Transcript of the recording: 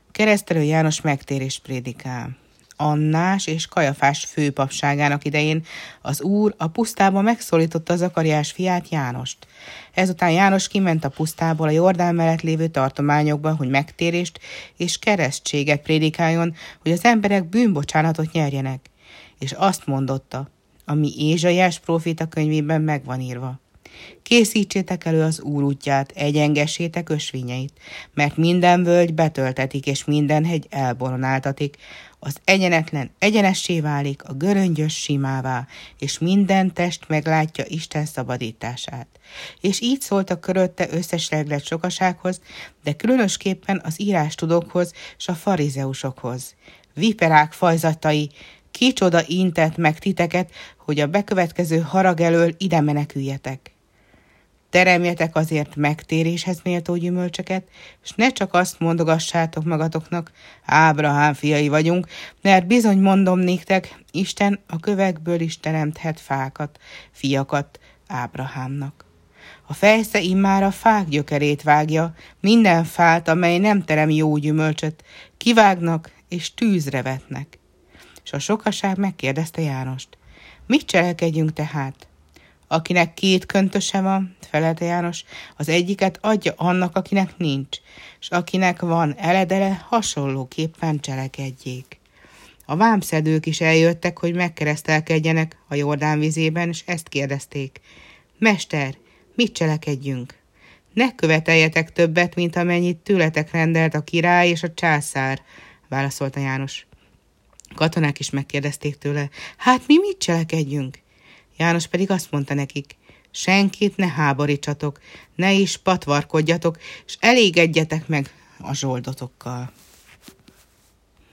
Keresztelő János megtérést prédikál. Annás és Kajafás főpapságának idején az Úr a pusztába megszólította Zakariás fiát, Jánost. Ezután János kiment a pusztából a Jordán mellett lévő tartományokba, hogy megtérést és keresztséget prédikáljon, hogy az emberek bűnbocsánatot nyerjenek. És azt mondotta, ami Ézsaiás próféta könyvében meg van írva. Készítsétek elő az Úr útját, egyengessétek ösvényeit, mert minden völgy betöltetik, és minden hegy elboronáltatik. Az egyenetlen egyenessé válik, a göröngyös simává, és minden test meglátja Isten szabadítását. És így szóltak körötte összesleglet sokasághoz, de különösképpen az írástudókhoz és a farizeusokhoz. Viperák fajzatai, kicsoda intett meg titeket, hogy a bekövetkező harag elől ide meneküljetek. Teremjetek azért megtéréshez méltó gyümölcsöket, és ne csak azt mondogassátok magatoknak, Ábrahám fiai vagyunk, mert bizony mondom néktek, Isten a kövekből is teremthet fákat, fiakat Ábrahámnak. A fejsze immár a fák gyökerét vágja, minden fát, amely nem terem jó gyümölcsöt, kivágnak és tűzre vetnek. És a sokaság megkérdezte Jánost, mit cselekedjünk tehát? Akinek 2 köntöse van, felelte János, az egyiket adja annak, akinek nincs, és akinek van eledele, hasonlóképpen cselekedjék. A vámszedők is eljöttek, hogy megkeresztelkedjenek a Jordán vizében, és ezt kérdezték. Mester, mit cselekedjünk? Ne követeljetek többet, mint amennyit tőletek rendelt a király és a császár, válaszolta János. Katonák is megkérdezték tőle, hát mi mit cselekedjünk? János pedig azt mondta nekik, senkit ne háborítsatok, ne is patvarkodjatok, és elégedjetek meg a zsoldotokkal.